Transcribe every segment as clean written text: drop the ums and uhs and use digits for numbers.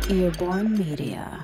Earborn Media.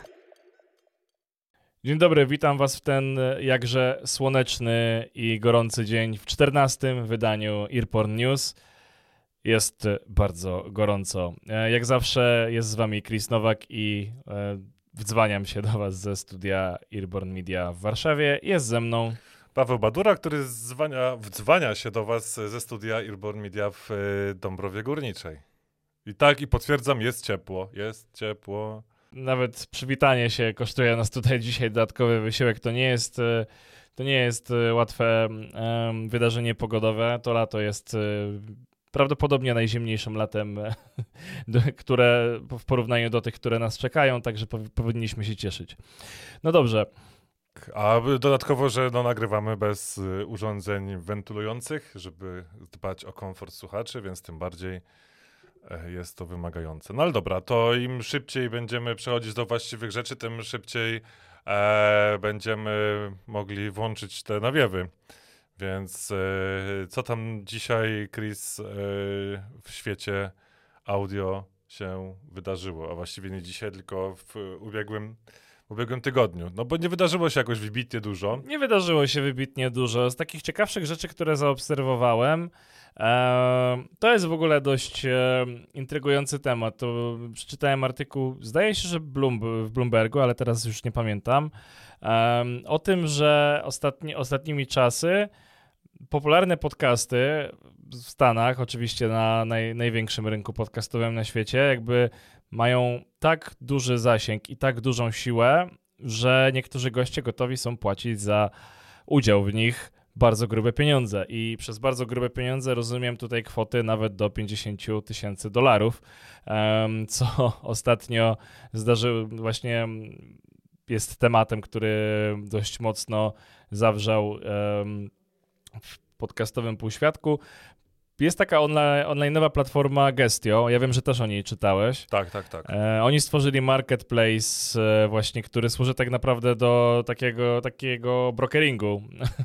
Dzień dobry, witam Was w ten jakże słoneczny i gorący dzień w 14. wydaniu Earborn News. Jest bardzo gorąco. Jak zawsze jest z Wami Chris Nowak i wdzwaniam się do Was ze studia Earborn Media w Warszawie. Jest ze mną Paweł Badura, który wdzwania się do Was ze studia Earborn Media w Dąbrowie Górniczej. I tak, i potwierdzam, jest ciepło. Nawet przywitanie się kosztuje nas tutaj dzisiaj dodatkowy wysiłek. To nie jest łatwe wydarzenie pogodowe. To lato jest prawdopodobnie najzimniejszym latem, które w porównaniu do tych, które nas czekają, także powinniśmy się cieszyć. No dobrze. A dodatkowo, że nagrywamy bez urządzeń wentylujących, żeby dbać o komfort słuchaczy, więc tym bardziej jest to wymagające. No ale dobra, to im szybciej będziemy przechodzić do właściwych rzeczy, tym szybciej będziemy mogli włączyć te nawiewy. Więc co tam dzisiaj, Chris, w świecie audio się wydarzyło? A właściwie nie dzisiaj, tylko w ubiegłym tygodniu. No bo nie wydarzyło się jakoś wybitnie dużo. Nie wydarzyło się wybitnie dużo. Z takich ciekawszych rzeczy, które zaobserwowałem, to jest w ogóle dość intrygujący temat. To przeczytałem artykuł, zdaje się, że w Bloombergu, ale teraz już nie pamiętam, o tym, że ostatnimi czasy popularne podcasty w Stanach, oczywiście na największym rynku podcastowym na świecie, jakby mają tak duży zasięg i tak dużą siłę, że niektórzy goście gotowi są płacić za udział w nich bardzo grube pieniądze. I przez bardzo grube pieniądze rozumiem tutaj kwoty nawet do $50,000, co ostatnio zdarzyło, właśnie jest tematem, który dość mocno zawrzał w podcastowym półświadku. Jest taka online'owa platforma Gestio. Ja wiem, że też o niej czytałeś. Tak. Oni stworzyli marketplace właśnie, który służy tak naprawdę do takiego brokeringu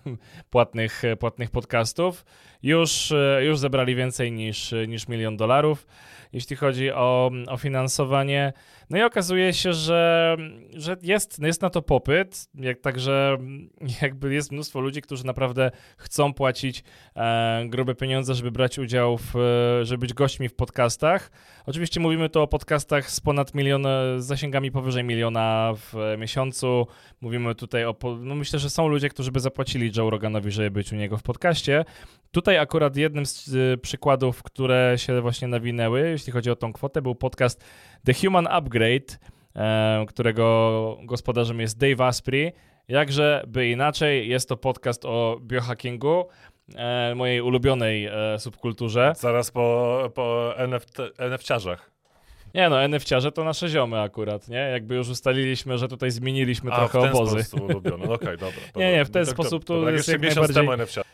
płatnych podcastów. Już zebrali więcej niż $1 milion, jeśli chodzi o finansowanie. No i okazuje się, że jest na to popyt, także jakby jest mnóstwo ludzi, którzy naprawdę chcą płacić grube pieniądze, żeby brać udział żeby być gośćmi w podcastach. Oczywiście mówimy tu o podcastach z ponad z zasięgami powyżej 1 miliona w miesiącu. Mówimy tutaj myślę, że są ludzie, którzy by zapłacili Joe Roganowi, żeby być u niego w podcaście. Tutaj akurat jednym z przykładów, które się właśnie nawinęły, jeśli chodzi o tą kwotę, był podcast The Human Upgrade, którego gospodarzem jest Dave Asprey. Jakże by inaczej, jest to podcast o biohackingu, mojej ulubionej subkulturze. Zaraz po NFT-ciarzach. Nie no, NFT-ciarze to nasze ziomy akurat, nie? Jakby już ustaliliśmy, że tutaj zmieniliśmy trochę obozy. W ten sposób ulubiony. Okej, dobra. Nie, w ten sposób to jest jak miesiąc najbardziej... temu NFT.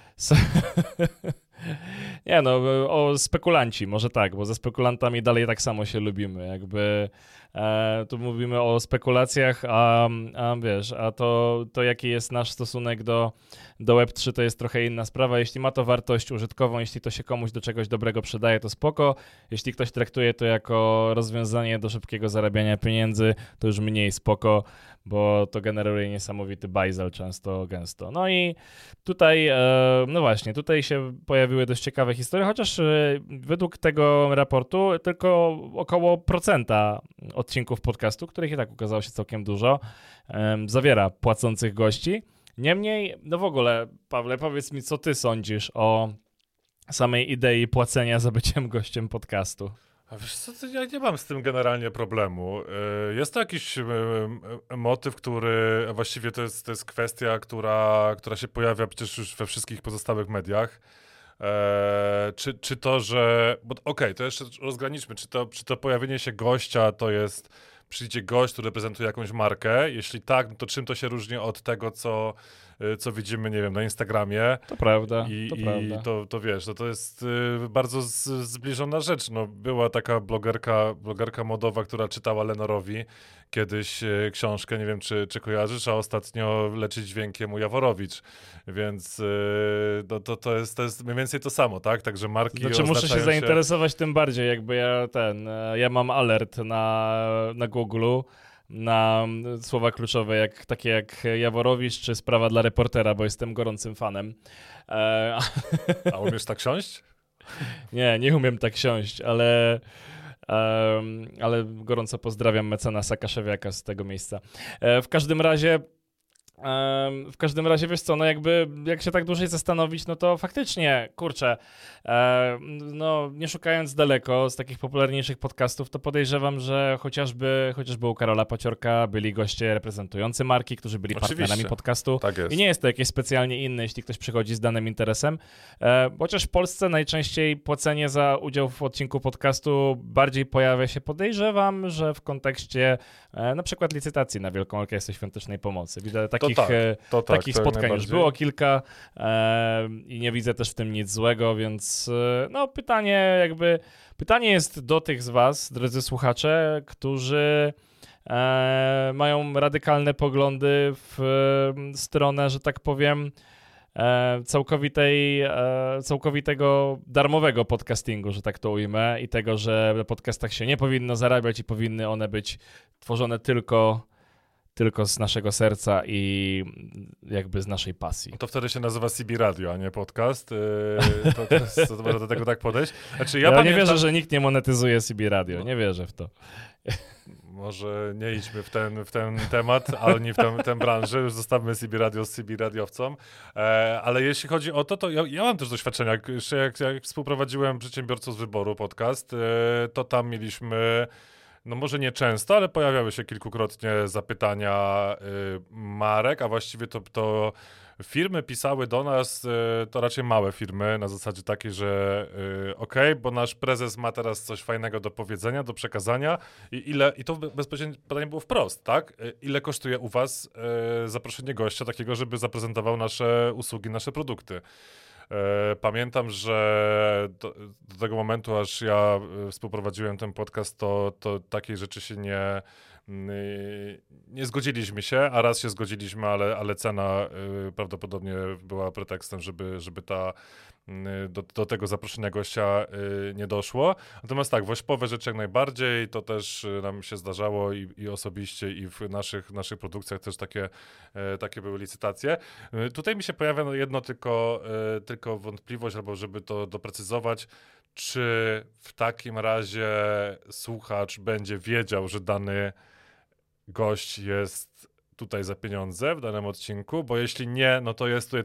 Nie no, o spekulanci, może tak, bo ze spekulantami dalej tak samo się lubimy, jakby tu mówimy o spekulacjach, a wiesz, a to jaki jest nasz stosunek do Web3, to jest trochę inna sprawa. Jeśli ma to wartość użytkową, jeśli to się komuś do czegoś dobrego przydaje, to spoko. Jeśli ktoś traktuje to jako rozwiązanie do szybkiego zarabiania pieniędzy, to już mniej spoko, bo to generuje niesamowity bajzel gęsto. No i tutaj, no właśnie, tutaj się pojawiły dość ciekawe historie, chociaż według tego raportu tylko około 1% odcinków podcastu, których i tak okazało się całkiem dużo, zawiera płacących gości. Niemniej, no w ogóle, Pawle, powiedz mi, co ty sądzisz o samej idei płacenia za byciem gościem podcastu? A wiesz co, ja nie mam z tym generalnie problemu. Jest to jakiś motyw, który właściwie to jest kwestia, która się pojawia przecież już we wszystkich pozostałych mediach. Czy to, że... Okej, to jeszcze rozgraniczmy. Czy to pojawienie się gościa to jest... Przyjdzie gość, który reprezentuje jakąś markę? Jeśli tak, no to czym to się różni od tego, co co widzimy, nie wiem, na Instagramie. To prawda, I to wiesz, to jest bardzo zbliżona rzecz. No, była taka blogerka modowa, która czytała Lenorowi kiedyś książkę, nie wiem, czy kojarzysz, a ostatnio leci dźwiękiem u Jaworowicz. Więc to jest mniej więcej to samo, tak? Także marki Znaczy muszę się zainteresować tym bardziej, jakby ja mam alert na Google'u, na słowa kluczowe, takie jak Jaworowicz czy sprawa dla reportera, bo jestem gorącym fanem. A umiesz tak siąść? Nie umiem tak siąść, ale gorąco pozdrawiam mecenasa Kaszewiaka z tego miejsca. W każdym razie, wiesz co, no jakby, jak się tak dłużej zastanowić, no to faktycznie, kurczę, no nie szukając daleko z takich popularniejszych podcastów, to podejrzewam, że chociażby u Karola Paciorka byli goście reprezentujący marki, którzy byli partnerami podcastu. Tak jest. I nie jest to jakieś specjalnie inne, jeśli ktoś przychodzi z danym interesem. Chociaż w Polsce najczęściej płacenie za udział w odcinku podcastu bardziej pojawia się, podejrzewam, że w kontekście na przykład licytacji na Wielką Orkiestrę Świątecznej Pomocy. Widzę takich spotkań już było kilka i nie widzę też w tym nic złego, więc no pytanie jest do tych z was, drodzy słuchacze, którzy mają radykalne poglądy w stronę, że tak powiem, całkowitego darmowego podcastingu, że tak to ujmę, i tego, że na podcastach się nie powinno zarabiać i powinny one być tworzone tylko z naszego serca i jakby z naszej pasji. To wtedy się nazywa CB Radio, a nie podcast. To może do tego tak podejść. Znaczy, ja nie wierzę, że nikt nie monetyzuje CB Radio. Nie wierzę w to. Może nie idźmy w ten temat, ani w tę branżę. Już zostawmy CB Radio z CB radiowcą. Ale jeśli chodzi o to ja mam też doświadczenia. Jak współprowadziłem Przedsiębiorców z Wyboru podcast, to tam mieliśmy... No może nie często, ale pojawiały się kilkukrotnie zapytania marek, a właściwie to firmy pisały do nas, to raczej małe firmy, na zasadzie takiej, że bo nasz prezes ma teraz coś fajnego do powiedzenia, do przekazania i to bezpośrednio pytanie było wprost, tak? Ile kosztuje u was zaproszenie gościa takiego, żeby zaprezentował nasze usługi, nasze produkty? Pamiętam, że do tego momentu, aż ja współprowadziłem ten podcast, to takiej rzeczy się nie zgodziliśmy się, a raz się zgodziliśmy, ale cena prawdopodobnie była pretekstem, żeby do tego zaproszenia gościa nie doszło. Natomiast tak, wośpowe rzeczy jak najbardziej, to też nam się zdarzało i osobiście, i w naszych produkcjach też takie były licytacje. Tutaj mi się pojawia jedno tylko wątpliwość, albo żeby to doprecyzować, czy w takim razie słuchacz będzie wiedział, że dany gość jest tutaj za pieniądze w danym odcinku, bo jeśli nie, no to jest tutaj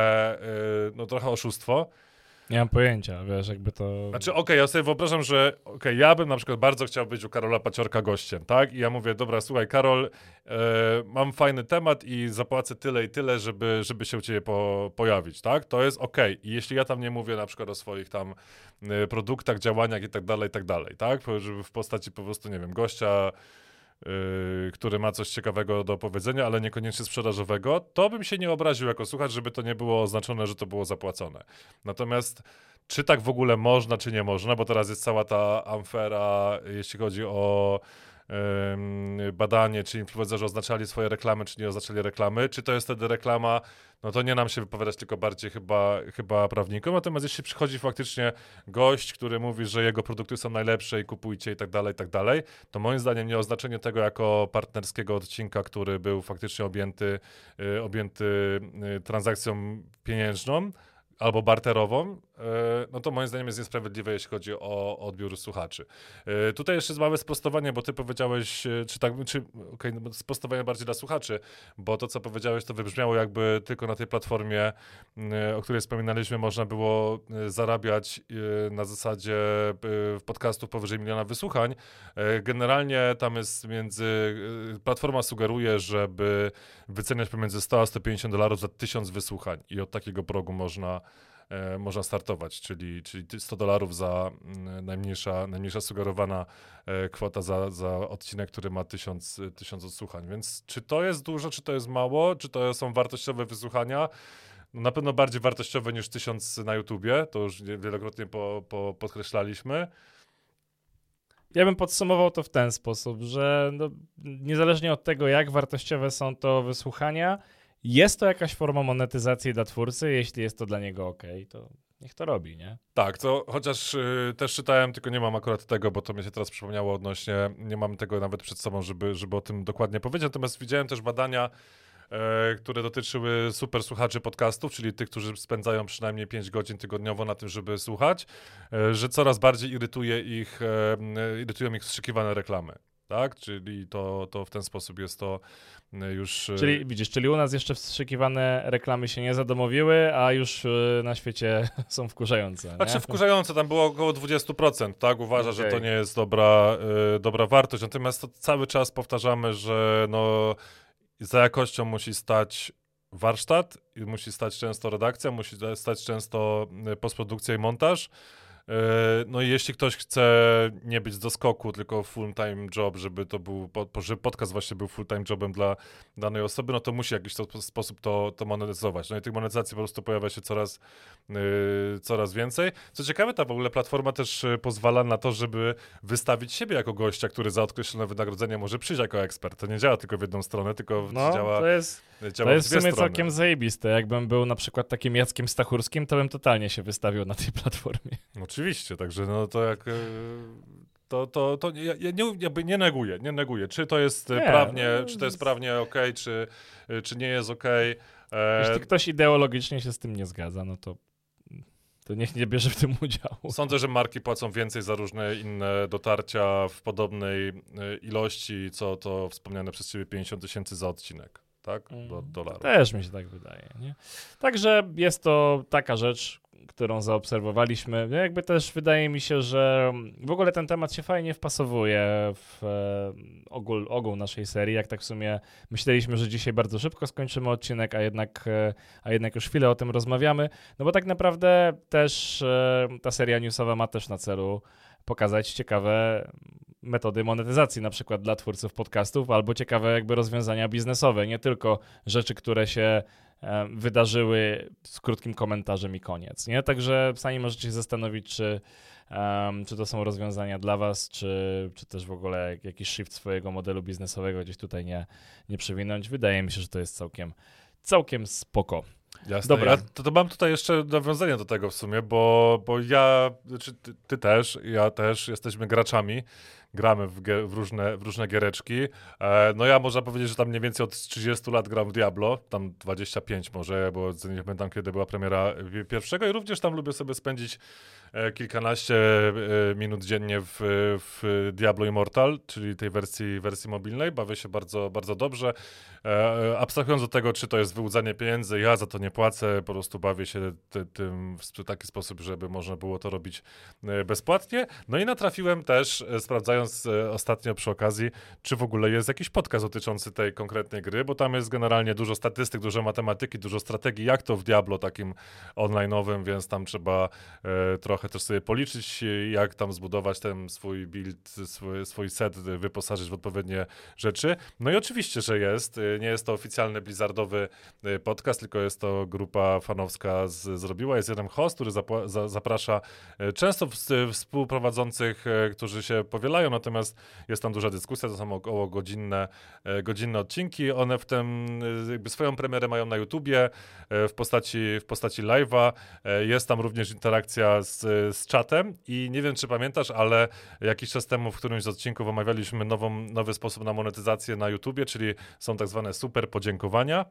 trochę oszustwo. Nie mam pojęcia, wiesz, jakby to... Znaczy, ja sobie wyobrażam, że ja bym na przykład bardzo chciał być u Karola Paciorka gościem, tak? I ja mówię, dobra, słuchaj, Karol, mam fajny temat i zapłacę tyle i tyle, żeby się u ciebie pojawić, tak? To jest I jeśli ja tam nie mówię na przykład o swoich tam produktach, działaniach i tak dalej, tak? Żeby w postaci po prostu, nie wiem, gościa, który ma coś ciekawego do powiedzenia, ale niekoniecznie sprzedażowego, to bym się nie obraził jako słuchacz, żeby to nie było oznaczone, że to było zapłacone. Natomiast czy tak w ogóle można, czy nie można, bo teraz jest cała ta afera, jeśli chodzi o badanie, czy influencerzy oznaczali swoje reklamy, czy nie oznaczali reklamy, czy to jest wtedy reklama, no to nie nam się wypowiadać, tylko bardziej chyba prawnikom. Natomiast jeśli przychodzi faktycznie gość, który mówi, że jego produkty są najlepsze i kupujcie i tak dalej, to moim zdaniem nie oznaczenie tego jako partnerskiego odcinka, który był faktycznie objęty transakcją pieniężną albo barterową, no to moim zdaniem jest niesprawiedliwe, jeśli chodzi o odbiór słuchaczy. Tutaj jeszcze jest małe sprostowanie, bo ty powiedziałeś, sprostowanie bardziej dla słuchaczy, bo to, co powiedziałeś, to wybrzmiało jakby tylko na tej platformie, o której wspominaliśmy, można było zarabiać na zasadzie podcastów powyżej 1 miliona wysłuchań. Generalnie tam jest platforma sugeruje, żeby wyceniać pomiędzy $100 a $150 za 1000 wysłuchań i od takiego progu można można startować, czyli $100 za najmniejsza sugerowana kwota za odcinek, który ma 1000 odsłuchań. Więc czy to jest dużo, czy to jest mało, czy to są wartościowe wysłuchania? No, na pewno bardziej wartościowe niż 1000 na YouTubie, to już wielokrotnie podkreślaliśmy. Ja bym podsumował to w ten sposób, że no, niezależnie od tego, jak wartościowe są to wysłuchania, jest to jakaś forma monetyzacji dla twórcy, jeśli jest to dla niego okej, to niech to robi, nie? Tak, to chociaż też czytałem, tylko nie mam akurat tego, bo to mi się teraz przypomniało odnośnie, nie mam tego nawet przed sobą, żeby o tym dokładnie powiedzieć, natomiast widziałem też badania, które dotyczyły super słuchaczy podcastów, czyli tych, którzy spędzają przynajmniej 5 godzin tygodniowo na tym, żeby słuchać, że coraz bardziej irytują ich wstrzykiwane reklamy. Tak, czyli to w ten sposób jest to już... Czyli widzisz, czyli u nas jeszcze wstrzykiwane reklamy się nie zadomowiły, a już na świecie są wkurzające. Znaczy wkurzające, tam było około 20%, tak? Uważa, że to nie jest dobra wartość, natomiast to cały czas powtarzamy, że no za jakością musi stać warsztat, musi stać często redakcja, musi stać często postprodukcja i montaż. No i jeśli ktoś chce nie być z doskoku, tylko full-time job, żeby to był, żeby podcast właśnie był full-time jobem dla danej osoby, no to musi w jakiś sposób to monetyzować. No i tych monetyzacji po prostu pojawia się coraz więcej. Co ciekawe, ta w ogóle platforma też pozwala na to, żeby wystawić siebie jako gościa, który za określone wynagrodzenie może przyjść jako ekspert. To nie działa tylko w jedną stronę, tylko działa to jest w w dwie sumie strony. całkiem zajebiste. Jakbym był na przykład takim Jackiem Stachurskim, to bym totalnie się wystawił na tej platformie. Oczywiście, także no to jak... To nie neguję, czy to jest prawnie okej, czy nie jest okej. Jeśli ktoś ideologicznie się z tym nie zgadza, no to niech nie bierze w tym udziału. Sądzę, że marki płacą więcej za różne inne dotarcia w podobnej ilości, co to wspomniane przez ciebie 50 000 za odcinek, tak? $. Też mi się tak wydaje, nie? Także jest to taka rzecz, którą zaobserwowaliśmy. No jakby też wydaje mi się, że w ogóle ten temat się fajnie wpasowuje w ogół naszej serii. Jak tak w sumie myśleliśmy, że dzisiaj bardzo szybko skończymy odcinek, a jednak już chwilę o tym rozmawiamy. No bo tak naprawdę też ta seria newsowa ma też na celu pokazać ciekawe metody monetyzacji, na przykład dla twórców podcastów, albo ciekawe jakby rozwiązania biznesowe, nie tylko rzeczy, które się wydarzyły z krótkim komentarzem i koniec, nie? Także sami możecie się zastanowić, czy to są rozwiązania dla was, czy też w ogóle jakiś shift swojego modelu biznesowego gdzieś tutaj nie przewinąć. Wydaje mi się, że to jest całkiem spoko. Jasne. Dobra. Ja to mam tutaj jeszcze nawiązanie do tego w sumie, bo ja, czy ty też, ja też jesteśmy graczami, gramy w różne giereczki. No ja można powiedzieć, że tam mniej więcej od 30 lat gram w Diablo, tam 25 może, bo nie pamiętam kiedy była premiera pierwszego i również tam lubię sobie spędzić kilkanaście minut dziennie w Diablo Immortal, czyli tej wersji mobilnej. Bawię się bardzo, bardzo dobrze. Abstrahując od tego, czy to jest wyłudzanie pieniędzy, ja za to nie płacę, po prostu bawię się tym w taki sposób, żeby można było to robić bezpłatnie. No i natrafiłem też, sprawdzając ostatnio przy okazji, czy w ogóle jest jakiś podcast dotyczący tej konkretnej gry, bo tam jest generalnie dużo statystyk, dużo matematyki, dużo strategii, jak to w Diablo takim online'owym, więc tam trzeba trochę też sobie policzyć, jak tam zbudować ten swój build, swój set, wyposażyć w odpowiednie rzeczy. No i oczywiście, że jest. Nie jest to oficjalny blizzardowy podcast, tylko jest to grupa fanowska zrobiła. Jest jeden host, który zaprasza często współprowadzących, którzy się powielają, natomiast jest tam duża dyskusja, to są około godzinne odcinki. One w tym jakby swoją premierę mają na YouTubie w postaci live'a. Jest tam również interakcja z czatem i nie wiem, czy pamiętasz, ale jakiś czas temu w którymś z odcinków omawialiśmy nowy sposób na monetyzację na YouTubie, czyli są tak zwane super podziękowania.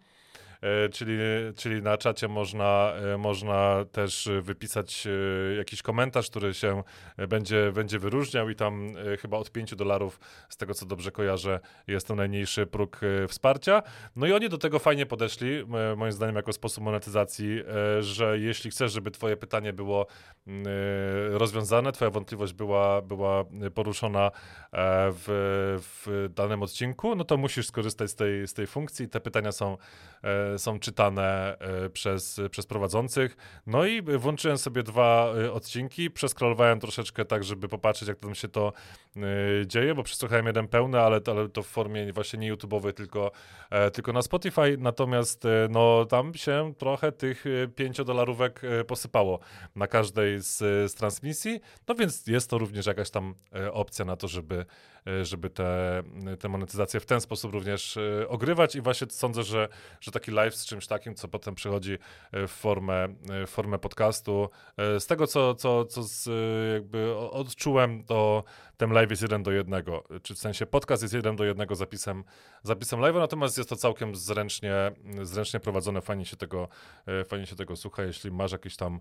Czyli na czacie można też wypisać jakiś komentarz, który się będzie wyróżniał i tam chyba od $5, z tego co dobrze kojarzę, jest to najmniejszy próg wsparcia. No i oni do tego fajnie podeszli, moim zdaniem jako sposób monetyzacji, że jeśli chcesz, żeby twoje pytanie było rozwiązane, twoja wątpliwość była poruszona w danym odcinku, no to musisz skorzystać z tej funkcji. Te pytania są są czytane przez prowadzących. No i włączyłem sobie 2 odcinki, przeskrolowałem troszeczkę tak, żeby popatrzeć, jak tam się to dzieje, bo przesłuchałem jeden pełny, ale to w formie właśnie nie YouTube'owej, tylko na Spotify, natomiast no tam się trochę tych $5 posypało na każdej z transmisji, no więc jest to również jakaś tam opcja na to, żeby te monetyzacje w ten sposób również ogrywać i właśnie sądzę, że taki live z czymś takim, co potem przychodzi w formę podcastu, z tego, co jakby odczułem, to ten live jest 1:1, czy w sensie podcast jest 1:1 zapisem live'a, natomiast jest to całkiem zręcznie prowadzone, fajnie się tego słucha, jeśli masz jakieś tam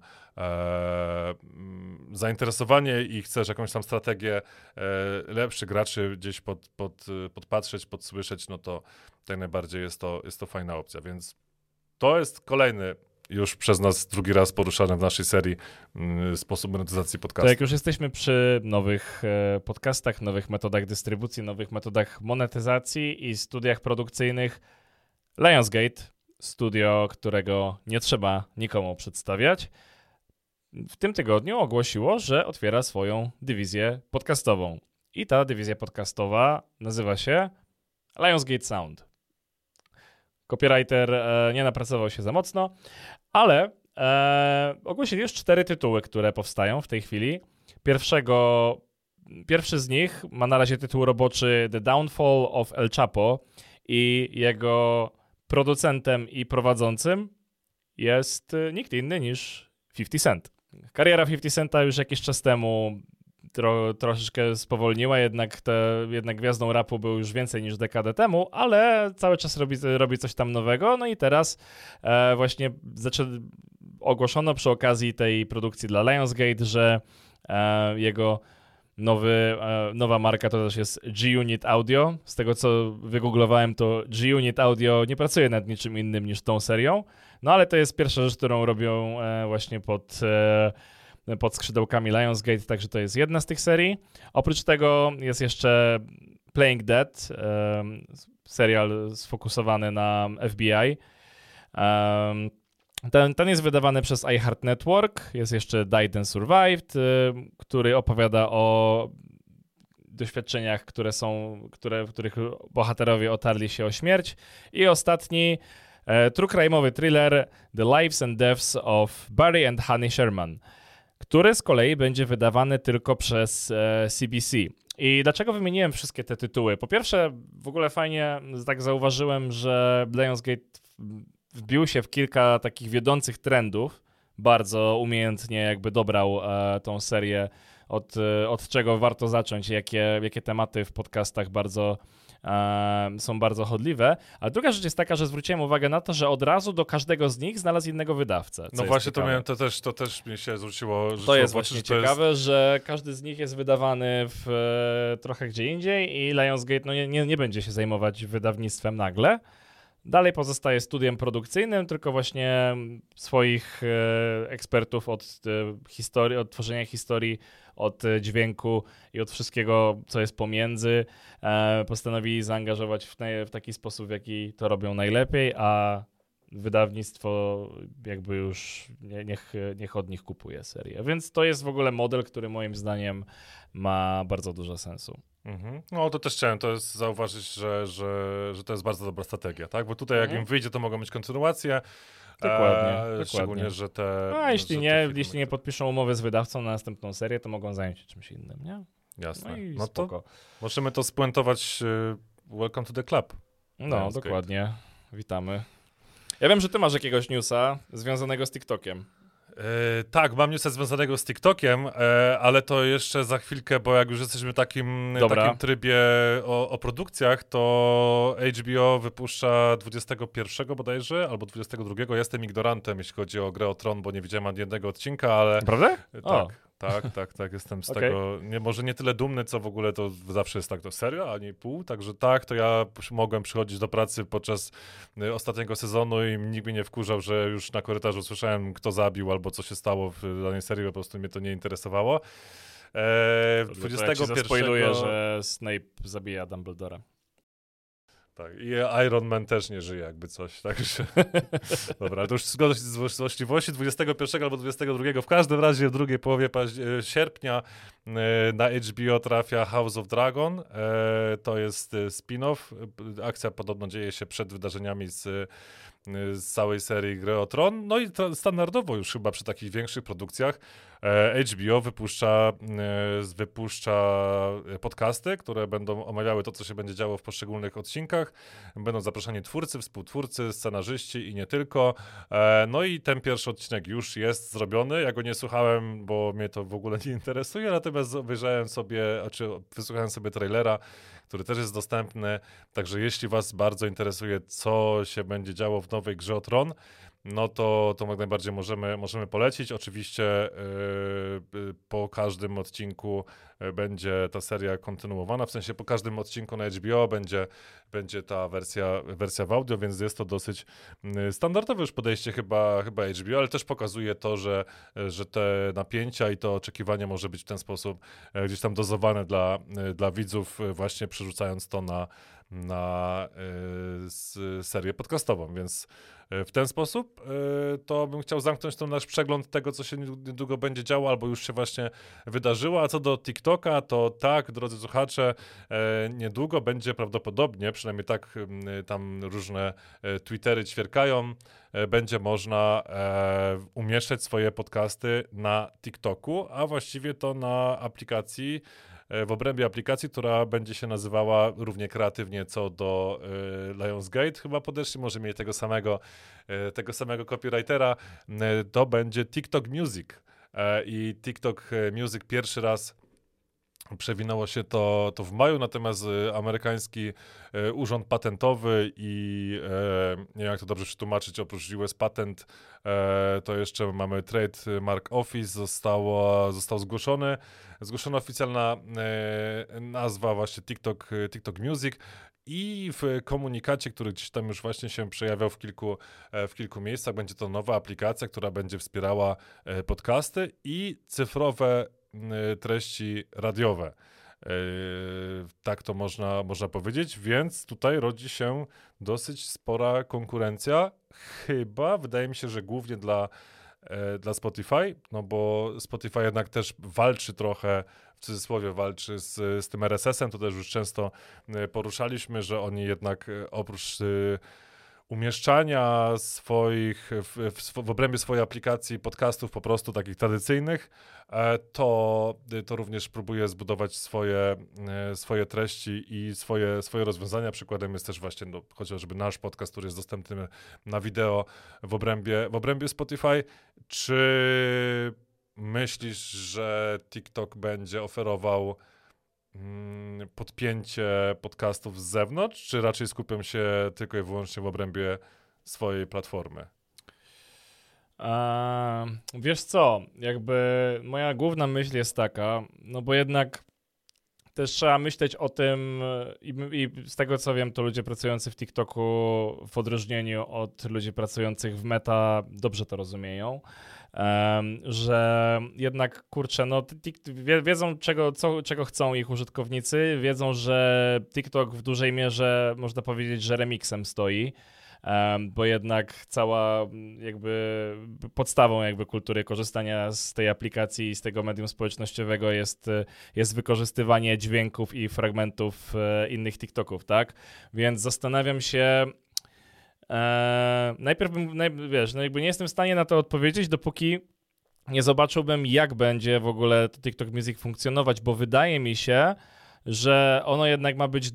zainteresowanie i chcesz jakąś tam strategię lepszych graczy gdzieś podpatrzeć, podsłyszeć, no to jak najbardziej jest to fajna opcja, więc to jest kolejny już przez nas drugi raz poruszany w naszej serii sposób monetyzacji podcastu. To jak już jesteśmy przy nowych podcastach, nowych metodach dystrybucji, nowych metodach monetyzacji i studiach produkcyjnych, Lionsgate, studio, którego nie trzeba nikomu przedstawiać, w tym tygodniu ogłosiło, że otwiera swoją dywizję podcastową. I ta dywizja podcastowa nazywa się Lionsgate Sound. Copywriter nie napracował się za mocno, ale ogłosili już 4 tytuły, które powstają w tej chwili. Pierwszy z nich ma na razie tytuł roboczy The Downfall of El Chapo i jego producentem i prowadzącym jest nikt inny niż 50 Cent. Kariera 50 Centa już jakiś czas temu troszeczkę spowolniła, jednak gwiazdą rapu był już więcej niż dekadę temu, ale cały czas robi coś tam nowego, no i teraz właśnie ogłoszono przy okazji tej produkcji dla Lionsgate, że jego nowa marka to też jest G-Unit Audio. Z tego co wygooglowałem, to G-Unit Audio nie pracuje nad niczym innym niż tą serią, no ale to jest pierwsza rzecz, którą robią właśnie pod skrzydełkami Lionsgate, także to jest jedna z tych serii. Oprócz tego jest jeszcze Playing Dead, serial sfokusowany na FBI. Ten jest wydawany przez iHeart Network. Jest jeszcze Died and Survived, który opowiada o doświadczeniach, w których bohaterowie otarli się o śmierć. I ostatni true crime'owy thriller The Lives and Deaths of Barry and Honey Sherman, który z kolei będzie wydawany tylko przez CBC. I dlaczego wymieniłem wszystkie te tytuły? Po pierwsze, w ogóle fajnie tak zauważyłem, że Lionsgate wbił się w kilka takich wiodących trendów, bardzo umiejętnie jakby dobrał tą serię, od czego warto zacząć, jakie tematy w podcastach są bardzo chodliwe. A druga rzecz jest taka, że zwróciłem uwagę na to, że od razu do każdego z nich znalazł innego wydawcę. No właśnie, to też mi się zwróciło. To jest właśnie ciekawe, że każdy z nich jest wydawany trochę gdzie indziej i Lionsgate nie będzie się zajmować wydawnictwem nagle. Dalej pozostaje studiem produkcyjnym, tylko właśnie swoich ekspertów od historii, od tworzenia historii, od dźwięku i od wszystkiego, co jest pomiędzy, postanowili zaangażować w taki sposób, w jaki to robią najlepiej, a wydawnictwo jakby już niech od nich kupuje serię. Więc to jest w ogóle model, który moim zdaniem ma bardzo dużo sensu. No to też chciałem zauważyć, że to jest bardzo dobra strategia, tak? Bo tutaj jak im wyjdzie, to mogą mieć kontynuację. Dokładnie. Szczególnie, że te... A jeśli nie podpiszą umowy z wydawcą na następną serię, to mogą zająć się czymś innym, nie? Jasne. No to możemy to spuentować. Welcome to the club. No, dokładnie. Witamy. Ja wiem, że ty masz jakiegoś newsa związanego z TikTokiem. Tak, mam newsa związanego z TikTokiem, ale to jeszcze za chwilkę, bo jak już jesteśmy w takim trybie o produkcjach, to HBO wypuszcza 21 bodajże, albo 22. Jestem ignorantem, jeśli chodzi o Grę o Tron, bo nie widziałem ani jednego odcinka, ale... Prawda? Tak, jestem z tego, może nie tyle dumny, co w ogóle to zawsze jest tak, to serio, a nie pół, także tak, to ja mogłem przychodzić do pracy podczas ostatniego sezonu i nikt mnie nie wkurzał, że już na korytarzu słyszałem, kto zabił albo co się stało w danej serii, po prostu mnie to nie interesowało. 21... Ja ci zaspoiluję, że Snape zabija Dumbledora. Tak, i Iron Man też nie żyje jakby coś, także... Dobra, to już złośliwości 21 albo 22, w każdym razie w drugiej połowie sierpnia na HBO trafia House of Dragon, to jest spin-off, akcja podobno dzieje się przed wydarzeniami z całej serii Gry o Tron, no i standardowo już chyba przy takich większych produkcjach HBO wypuszcza podcasty, które będą omawiały to, co się będzie działo w poszczególnych odcinkach. Będą zaproszeni twórcy, współtwórcy, scenarzyści i nie tylko. No i ten pierwszy odcinek już jest zrobiony. Ja go nie słuchałem, bo mnie to w ogóle nie interesuje, natomiast wysłuchałem sobie trailera, który też jest dostępny. Także jeśli was bardzo interesuje, co się będzie działo w nowej Grze o Tron, no to jak najbardziej możemy polecić. Oczywiście po każdym odcinku będzie ta seria kontynuowana, w sensie po każdym odcinku na HBO będzie ta wersja w audio, więc jest to dosyć standardowe już podejście chyba HBO, ale też pokazuje to, że te napięcia i to oczekiwanie może być w ten sposób gdzieś tam dozowane dla widzów, właśnie przerzucając to na serię podcastową, więc w ten sposób to bym chciał zamknąć ten nasz przegląd tego, co się niedługo będzie działo, albo już się właśnie wydarzyło. A co do TikToka, to tak, drodzy słuchacze, niedługo będzie prawdopodobnie, przynajmniej tak tam różne Twittery ćwierkają, będzie można umieszczać swoje podcasty na TikToku, a właściwie to na aplikacji, w obrębie aplikacji, która będzie się nazywała równie kreatywnie co do Lionsgate. Chyba podeszli, może mieli tego samego copywritera. To będzie TikTok Music. I TikTok Music pierwszy raz przewinęło się to w maju, natomiast amerykański urząd patentowy i nie wiem jak to dobrze przetłumaczyć, oprócz US Patent, to jeszcze mamy Trademark Office, został zgłoszona oficjalna nazwa właśnie TikTok Music. I w komunikacie, który gdzieś tam już właśnie się przejawiał w kilku miejscach, będzie to nowa aplikacja, która będzie wspierała podcasty i cyfrowe treści radiowe. Tak to można powiedzieć, więc tutaj rodzi się dosyć spora konkurencja. Wydaje mi się, że głównie dla Spotify, no bo Spotify jednak też walczy trochę, w cudzysłowie walczy z tym RSS-em, to też już często poruszaliśmy, że oni jednak oprócz umieszczania w obrębie swojej aplikacji podcastów po prostu takich tradycyjnych, to również próbuje zbudować swoje treści i swoje rozwiązania. Przykładem jest też właśnie chociażby nasz podcast, który jest dostępny na wideo w obrębie Spotify. Czy myślisz, że TikTok będzie oferował podpięcie podcastów z zewnątrz, czy raczej skupią się tylko i wyłącznie w obrębie swojej platformy? Wiesz co, jakby moja główna myśl jest taka, no bo jednak też trzeba myśleć o tym i z tego co wiem, to ludzie pracujący w TikToku w odróżnieniu od ludzi pracujących w Meta dobrze to rozumieją, że jednak kurczę, no wiedzą czego chcą ich użytkownicy, wiedzą, że TikTok w dużej mierze można powiedzieć, że remixem stoi. Bo jednak cała jakby podstawą jakby kultury korzystania z tej aplikacji i z tego medium społecznościowego jest wykorzystywanie dźwięków i fragmentów innych TikToków, tak? Więc zastanawiam się, najpierw wiesz, no jakby nie jestem w stanie na to odpowiedzieć, dopóki nie zobaczyłbym, jak będzie w ogóle to TikTok Music funkcjonować, bo wydaje mi się, że ono jednak ma być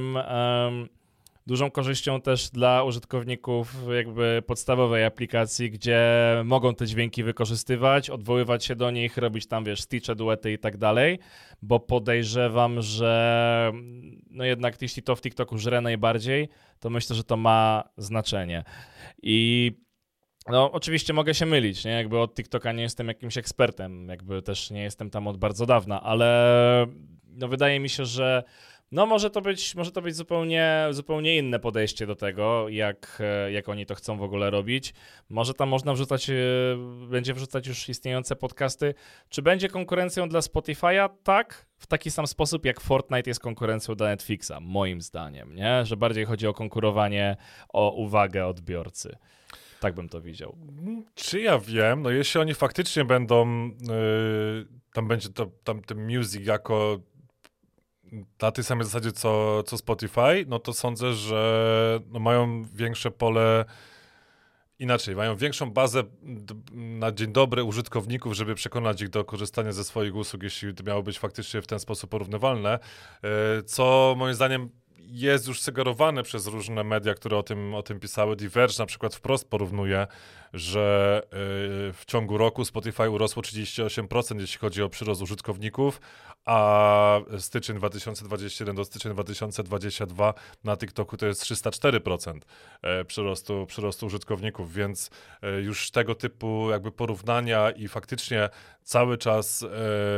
dużą korzyścią też dla użytkowników jakby podstawowej aplikacji, gdzie mogą te dźwięki wykorzystywać, odwoływać się do nich, robić tam, wiesz, stitche, duety i tak dalej, bo podejrzewam, że no jednak jeśli to w TikToku żre najbardziej, to myślę, że to ma znaczenie. I no oczywiście mogę się mylić, nie? Jakby od TikToka nie jestem jakimś ekspertem, jakby też nie jestem tam od bardzo dawna, ale no wydaje mi się, że No może to być zupełnie inne podejście do tego, jak oni to chcą w ogóle robić. Może tam można będzie wrzucać już istniejące podcasty. Czy będzie konkurencją dla Spotify'a? Tak, w taki sam sposób jak Fortnite jest konkurencją dla Netflixa, moim zdaniem, nie? Że bardziej chodzi o konkurowanie o uwagę odbiorcy. Tak bym to widział. Czy ja wiem, no jeśli oni faktycznie będą, tam będzie tam ten music jako na tej samej zasadzie co Spotify, no to sądzę, że no mają większe pole, inaczej, mają większą bazę na dzień dobry użytkowników, żeby przekonać ich do korzystania ze swoich usług, jeśli to miało być faktycznie w ten sposób porównywalne, co moim zdaniem jest już sugerowane przez różne media, które o tym pisały. Diverge na przykład wprost porównuje, że w ciągu roku Spotify urosło 38%, jeśli chodzi o przyrost użytkowników, a styczeń 2021 do stycznia 2022 na TikToku to jest 304% przyrostu użytkowników, więc już tego typu jakby porównania i faktycznie cały czas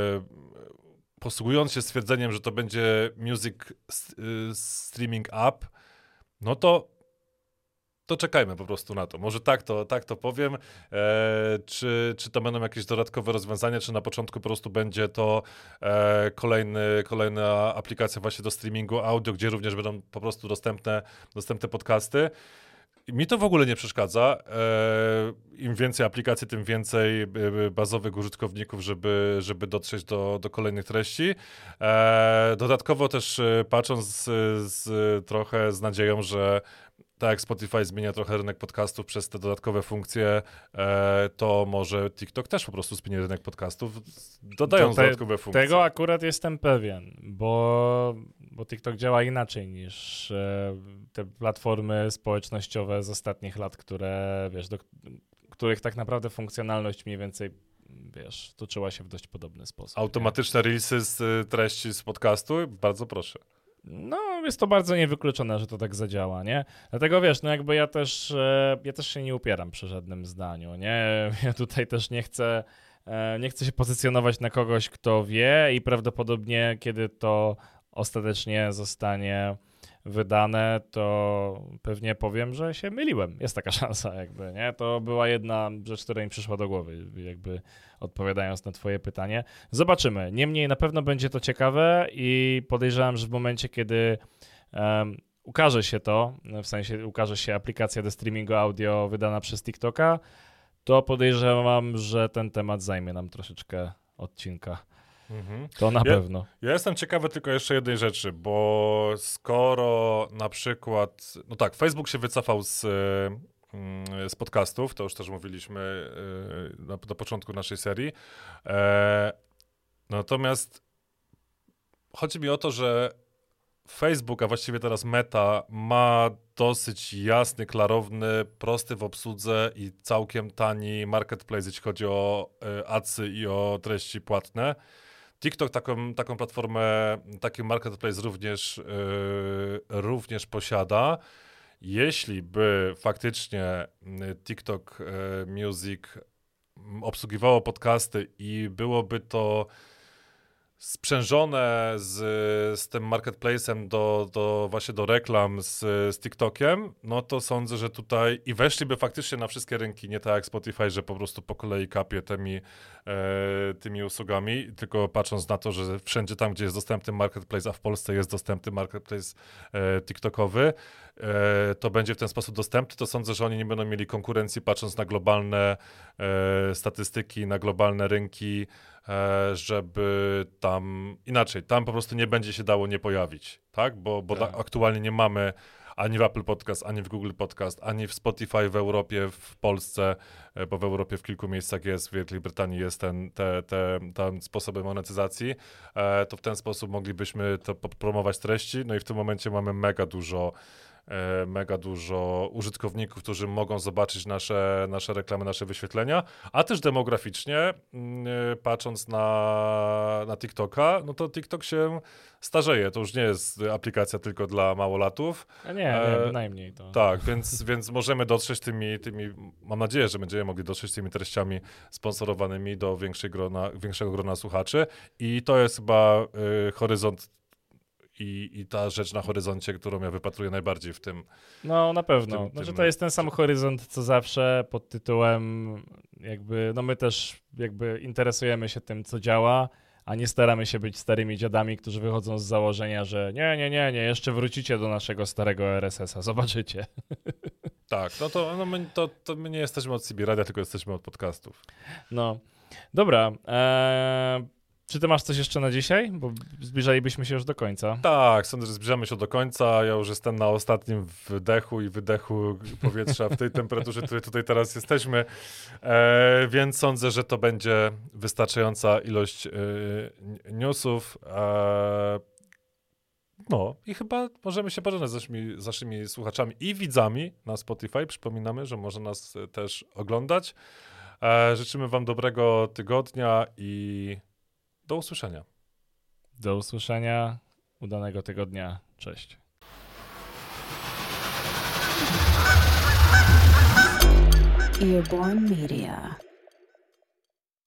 posługując się stwierdzeniem, że to będzie music streaming app, no to czekajmy po prostu na to. Może tak to powiem. Czy to będą jakieś dodatkowe rozwiązania, czy na początku po prostu będzie to kolejna aplikacja właśnie do streamingu audio, gdzie również będą po prostu dostępne podcasty. Mi to w ogóle nie przeszkadza. Im więcej aplikacji, tym więcej bazowych użytkowników, żeby dotrzeć do kolejnych treści. Dodatkowo też patrząc trochę z nadzieją, że tak jak Spotify zmienia trochę rynek podcastów przez te dodatkowe funkcje, to może TikTok też po prostu zmieni rynek podcastów, dodając dodatkowe funkcje. Tego akurat jestem pewien, bo TikTok działa inaczej niż te platformy społecznościowe z ostatnich lat, które, wiesz, do których tak naprawdę funkcjonalność mniej więcej, wiesz, toczyła się w dość podobny sposób. Automatyczne reelsy z treści z podcastu? Bardzo proszę. No, jest to bardzo niewykluczone, że to tak zadziała, nie? Dlatego wiesz, no jakby ja też się nie upieram przy żadnym zdaniu, nie? Ja tutaj też nie chcę się pozycjonować na kogoś, kto wie i prawdopodobnie, kiedy to ostatecznie zostanie wydane, to pewnie powiem, że się myliłem. Jest taka szansa jakby, nie? To była jedna rzecz, która mi przyszła do głowy, jakby odpowiadając na twoje pytanie. Zobaczymy. Niemniej na pewno będzie to ciekawe i podejrzewam, że w momencie, kiedy ukaże się to, w sensie ukaże się aplikacja do streamingu audio wydana przez TikToka, to podejrzewam, że ten temat zajmie nam troszeczkę odcinka. To na pewno. Ja jestem ciekawy tylko jeszcze jednej rzeczy, bo skoro na przykład, no tak, Facebook się wycofał z podcastów, to już też mówiliśmy na początku naszej serii, natomiast chodzi mi o to, że Facebook, a właściwie teraz Meta, ma dosyć jasny, klarowny, prosty w obsłudze i całkiem tani marketplace, jeśli chodzi o adsy i o treści płatne. TikTok taką platformę, taki marketplace również posiada. Jeśli by faktycznie TikTok Music obsługiwało podcasty i byłoby to sprzężone z tym marketplace'em właśnie do reklam z TikTokiem, no to sądzę, że tutaj i weszliby faktycznie na wszystkie rynki, nie tak jak Spotify, że po prostu po kolei kapie tymi usługami, tylko patrząc na to, że wszędzie tam, gdzie jest dostępny marketplace, a w Polsce jest dostępny marketplace TikTokowy, to będzie w ten sposób dostępny, to sądzę, że oni nie będą mieli konkurencji, patrząc na globalne statystyki, na globalne rynki, żeby tam po prostu nie będzie się dało nie pojawić, tak? Bo Tak. Aktualnie nie mamy ani w Apple Podcast, ani w Google Podcast, ani w Spotify w Europie, w Polsce, bo w Europie w kilku miejscach jest, w Wielkiej Brytanii jest te sposoby monetyzacji, to w ten sposób moglibyśmy to promować treści, no i w tym momencie mamy mega dużo użytkowników, którzy mogą zobaczyć nasze reklamy, nasze wyświetlenia, a też demograficznie, patrząc na TikToka, no to TikTok się starzeje. To już nie jest aplikacja tylko dla małolatów. A nie, bynajmniej to. Tak, więc możemy dotrzeć tymi, mam nadzieję, że będziemy mogli dotrzeć tymi treściami sponsorowanymi do większego grona słuchaczy i to jest chyba horyzont i ta rzecz na horyzoncie, którą ja wypatruję najbardziej w tym. No na pewno. Znaczy to jest ten sam horyzont co zawsze pod tytułem jakby, no my też jakby interesujemy się tym, co działa, a nie staramy się być starymi dziadami, którzy wychodzą z założenia, że nie, jeszcze wrócicie do naszego starego RSS-a, zobaczycie. Tak, no to my nie jesteśmy od CB Radia, tylko jesteśmy od podcastów. No, dobra. Czy ty masz coś jeszcze na dzisiaj? Bo zbliżalibyśmy się już do końca. Tak, sądzę, że zbliżamy się do końca. Ja już jestem na ostatnim wdechu i wydechu powietrza w tej temperaturze, w której tutaj teraz jesteśmy, więc sądzę, że to będzie wystarczająca ilość newsów. No i chyba możemy się pożegnać z naszymi słuchaczami i widzami na Spotify. Przypominamy, że można nas też oglądać. Życzymy wam dobrego tygodnia i do usłyszenia. Do usłyszenia. Udanego tygodnia. Cześć. Earborn Media.